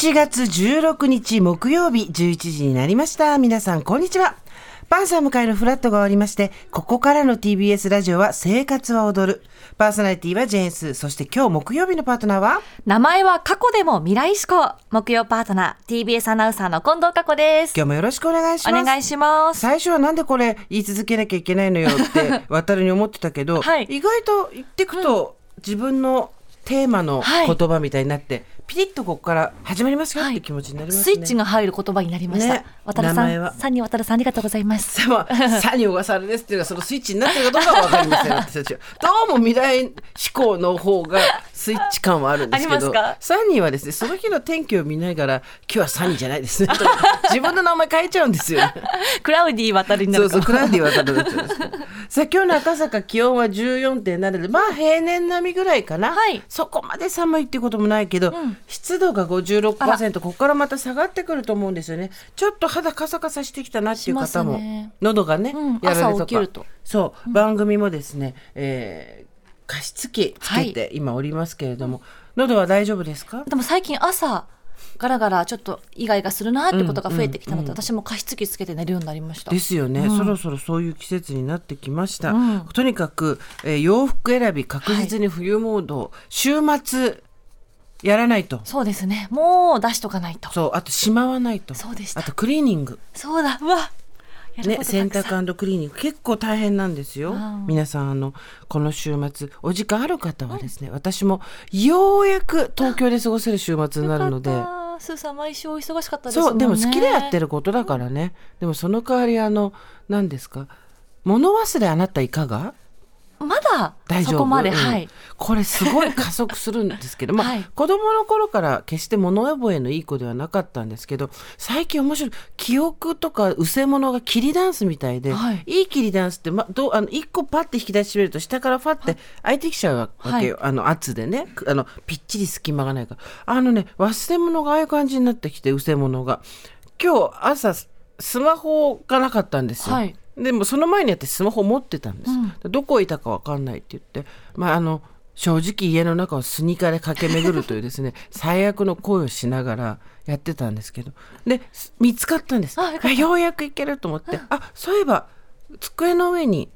7月16日木曜日11時になりました。皆さんこんにちは。パンサー向かいのフラットが終わりまして、ここからの TBS ラジオは生活は踊る。パーソナリティはジェーンス。そして今日木曜日のパートナーは、 名前は過去でも未来志向。木曜パートナー TBS アナウンサーの近藤佳子です。 今日もよろしくお願いします。 お願いします。 最初はなんでこれ言い続けなきゃいけないのよって渡るに思ってたけど、 はい、 意外と言ってくと、自分のテーマの言葉みたいになって、ピリッとここから始まりますよって気持ちになりますね。 スイッチが入る言葉になりました、 ね、 渡るさん、サニー渡るさんありがとうございます。 サニー小笠原ですっていうのがそのスイッチになってるかどうかは分かりません私たちは。どうも未来志向の方がスイッチ感はあるんですけど、サニーはですね、その日の天気を見ながら今日はサニーじゃないですね自分の名前変えちゃうんですよねクラウディ渡るになるかも。 そうクラウディ渡るになっちゃうんですけどさあ今日の赤坂気温は 14.7 で、まあ平年並みぐらいかな、 はい、 そこまで寒いっていうこともないけど、湿度が 56%、 ここからまた下がってくると思うんですよね。ちょっと肌カサカサしてきたなっていう方も、喉がね、やられるとか、 朝起きるとそう、番組もですね、加湿器つけて今おりますけれども、喉は大丈夫ですか？ でも最近朝ガラガラちょっとイガイガするなってことが増えてきたので、私も加湿器つけて寝るようになりました。 ですよね、そろそろそういう季節になってきました、とにかく、洋服選び確実に冬モード、週末やらないと。 そうですね、もう出しとかないと。 そう、あとしまわないと。 そうでした。 あとクリーニング。 そうだ、うわね、洗濯&クリーニング結構大変なんですよ。皆さんこの週末お時間ある方はですね、私もようやく東京で過ごせる週末になるので。 スーさん毎週お忙しかったですもんね。 そうでも好きでやってることだからね、でもその代わり何ですか、物忘れあなたいかが？ まだ大丈夫？ そこまで、はい、 これすごい加速するんですけど、はい、子供の頃から決して物覚えのいい子ではなかったんですけど、最近面白い、記憶とかうせ物が切りダンスみたいで、いい切りダンスって、1個パッて引き出しめると下からファって開いてきちゃうわけよ、圧でね、ぴっちり隙間がないから、忘れ物がああいう感じになってきて、うせ物が今日朝スマホがなかったんですよ、でもその前にやってスマホ持ってたんです、どこいたか分かんないって言って、正直家の中をスニーカーで駆け巡るというですね最悪の行為をしながらやってたんですけど、で見つかったんです。ようやくいけると思って、そういえば机の上に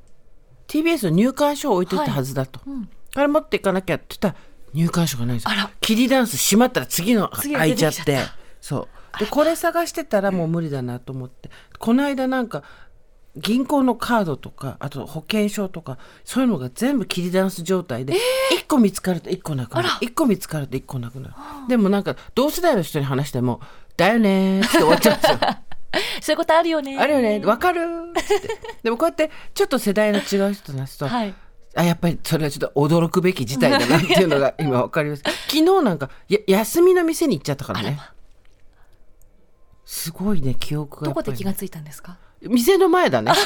TBS の入館証を置いてたはずだと、あれ持っていかなきゃって言ったら入館証がないんですよ。切りダンス閉まったら次の開いちゃって、そうでこれ探してたらもう無理だなと思って、この間銀行のカードとか、あと保険証とか、そういうのが全部切りダンス状態で、1個見つかると1個なくなる、1個見つかると1個なくなる。でも同世代の人に話してもだよねって終わっちゃうんですよそういうことあるよね、 あるよね、わかるってでもこうやってちょっと世代の違う人と話すと、やっぱりそれはちょっと驚くべき事態だなっていうのが今わかります昨日休みの店に行っちゃったからね。すごいね、記憶がやっぱり。 どこで気がついたんですか？ 店の前だねあれ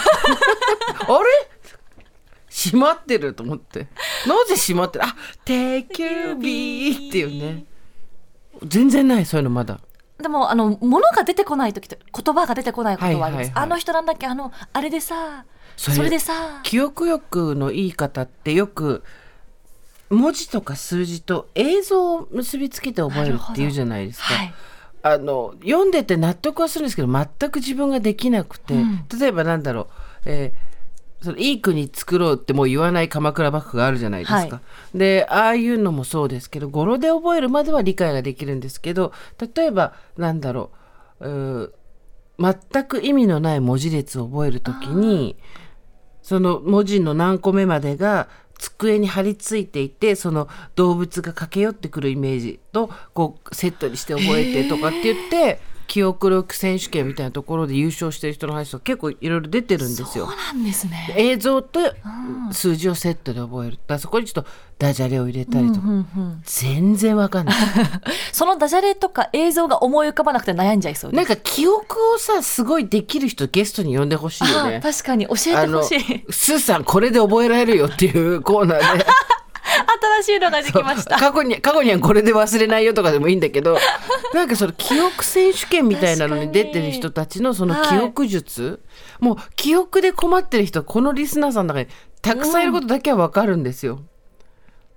閉まってると思って、なぜ閉まってる、定休日っていうね、全然ないそういうのまだ。 でも物が出てこない時って言葉が出てこないことはあります、あの人なんだっけ、あれでさ、それでさ、 記憶力のいい方ってよく文字とか数字と映像を結びつけて覚えるっていうじゃないですか。読んでて納得はするんですけど全く自分ができなくて、例えばそのいい国作ろうってもう言わない鎌倉幕府があるじゃないですか、でああいうのもそうですけど、語呂で覚えるまでは理解ができるんですけど、例えば全く意味のない文字列を覚えるときに、その文字の何個目までが机に張り付いていて、その動物が駆け寄ってくるイメージとセットにして覚えてとかって言って記憶力選手権みたいなところで優勝してる人の話とか結構いろいろ出てるんですよ。 そうなんですね。 映像と数字をセットで覚える。だからそこにちょっとダジャレを入れたりとか、全然わかんないそのダジャレとか映像が思い浮かばなくて悩んじゃいそうです。 記憶をすごいできる人ゲストに呼んでほしいよね。 確かに教えてほしい。 スーさんこれで覚えられるよっていうコーナーで新しいのができました。 過去にはこれで忘れないよとかでもいいんだけどその記憶選手権みたいなのに出てる人たちのその記憶術、もう記憶で困ってる人このリスナーさんの中にたくさんいることだけは分かるんですよ。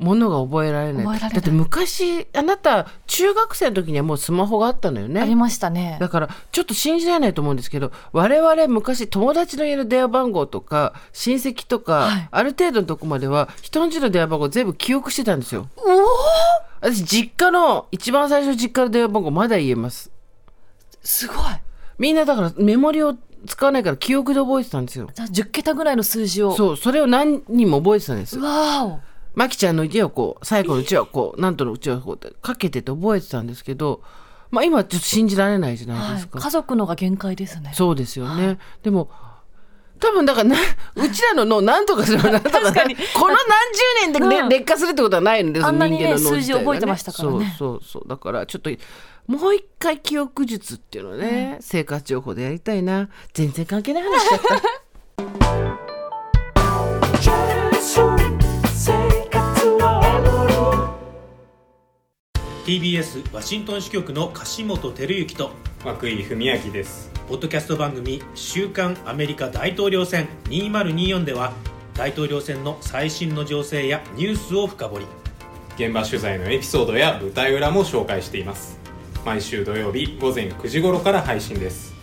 ものが覚えられない。だって昔あなた中学生の時にはもうスマホがあったのよね。 ありましたね。 だからちょっと信じられないと思うんですけど、我々昔友達の家の電話番号とか親戚とか、はい、ある程度のとこまでは人の家の電話番号全部記憶してたんですよ。私実家の一番最初の実家の電話番号まだ言えます。 すごい。 みんなだからメモリを使わないから記憶で覚えてたんですよ。 じゃあ10桁ぐらいの数字を。 そう、それを何人も覚えてたんです。 わお。 マキちゃんの家はこう、最後のうちはこう、なんとのうちはこうってかけてて覚えてたんですけど、まあ今ちょっと信じられないじゃないですか。 はい、家族のが限界ですね。 そうですよね。はい、でも多分だからうちらのなんとかするなんとか、ね、この何十年で、ね、劣化するってことはないんですよ。 あんなに、ね、 人間の脳数字覚えてましたからね。 そうだからちょっともう一回記憶術っていうのね、生活情報でやりたいな。全然関係ない話しちゃった。 TBS ワシントン支局の樫本照之と涌井文明です。 ポッドキャスト番組週刊アメリカ大統領選2024では大統領選の最新の情勢やニュースを深掘り、 現場取材のエピソードや舞台裏も紹介しています。毎週土曜日午前9時頃から配信です。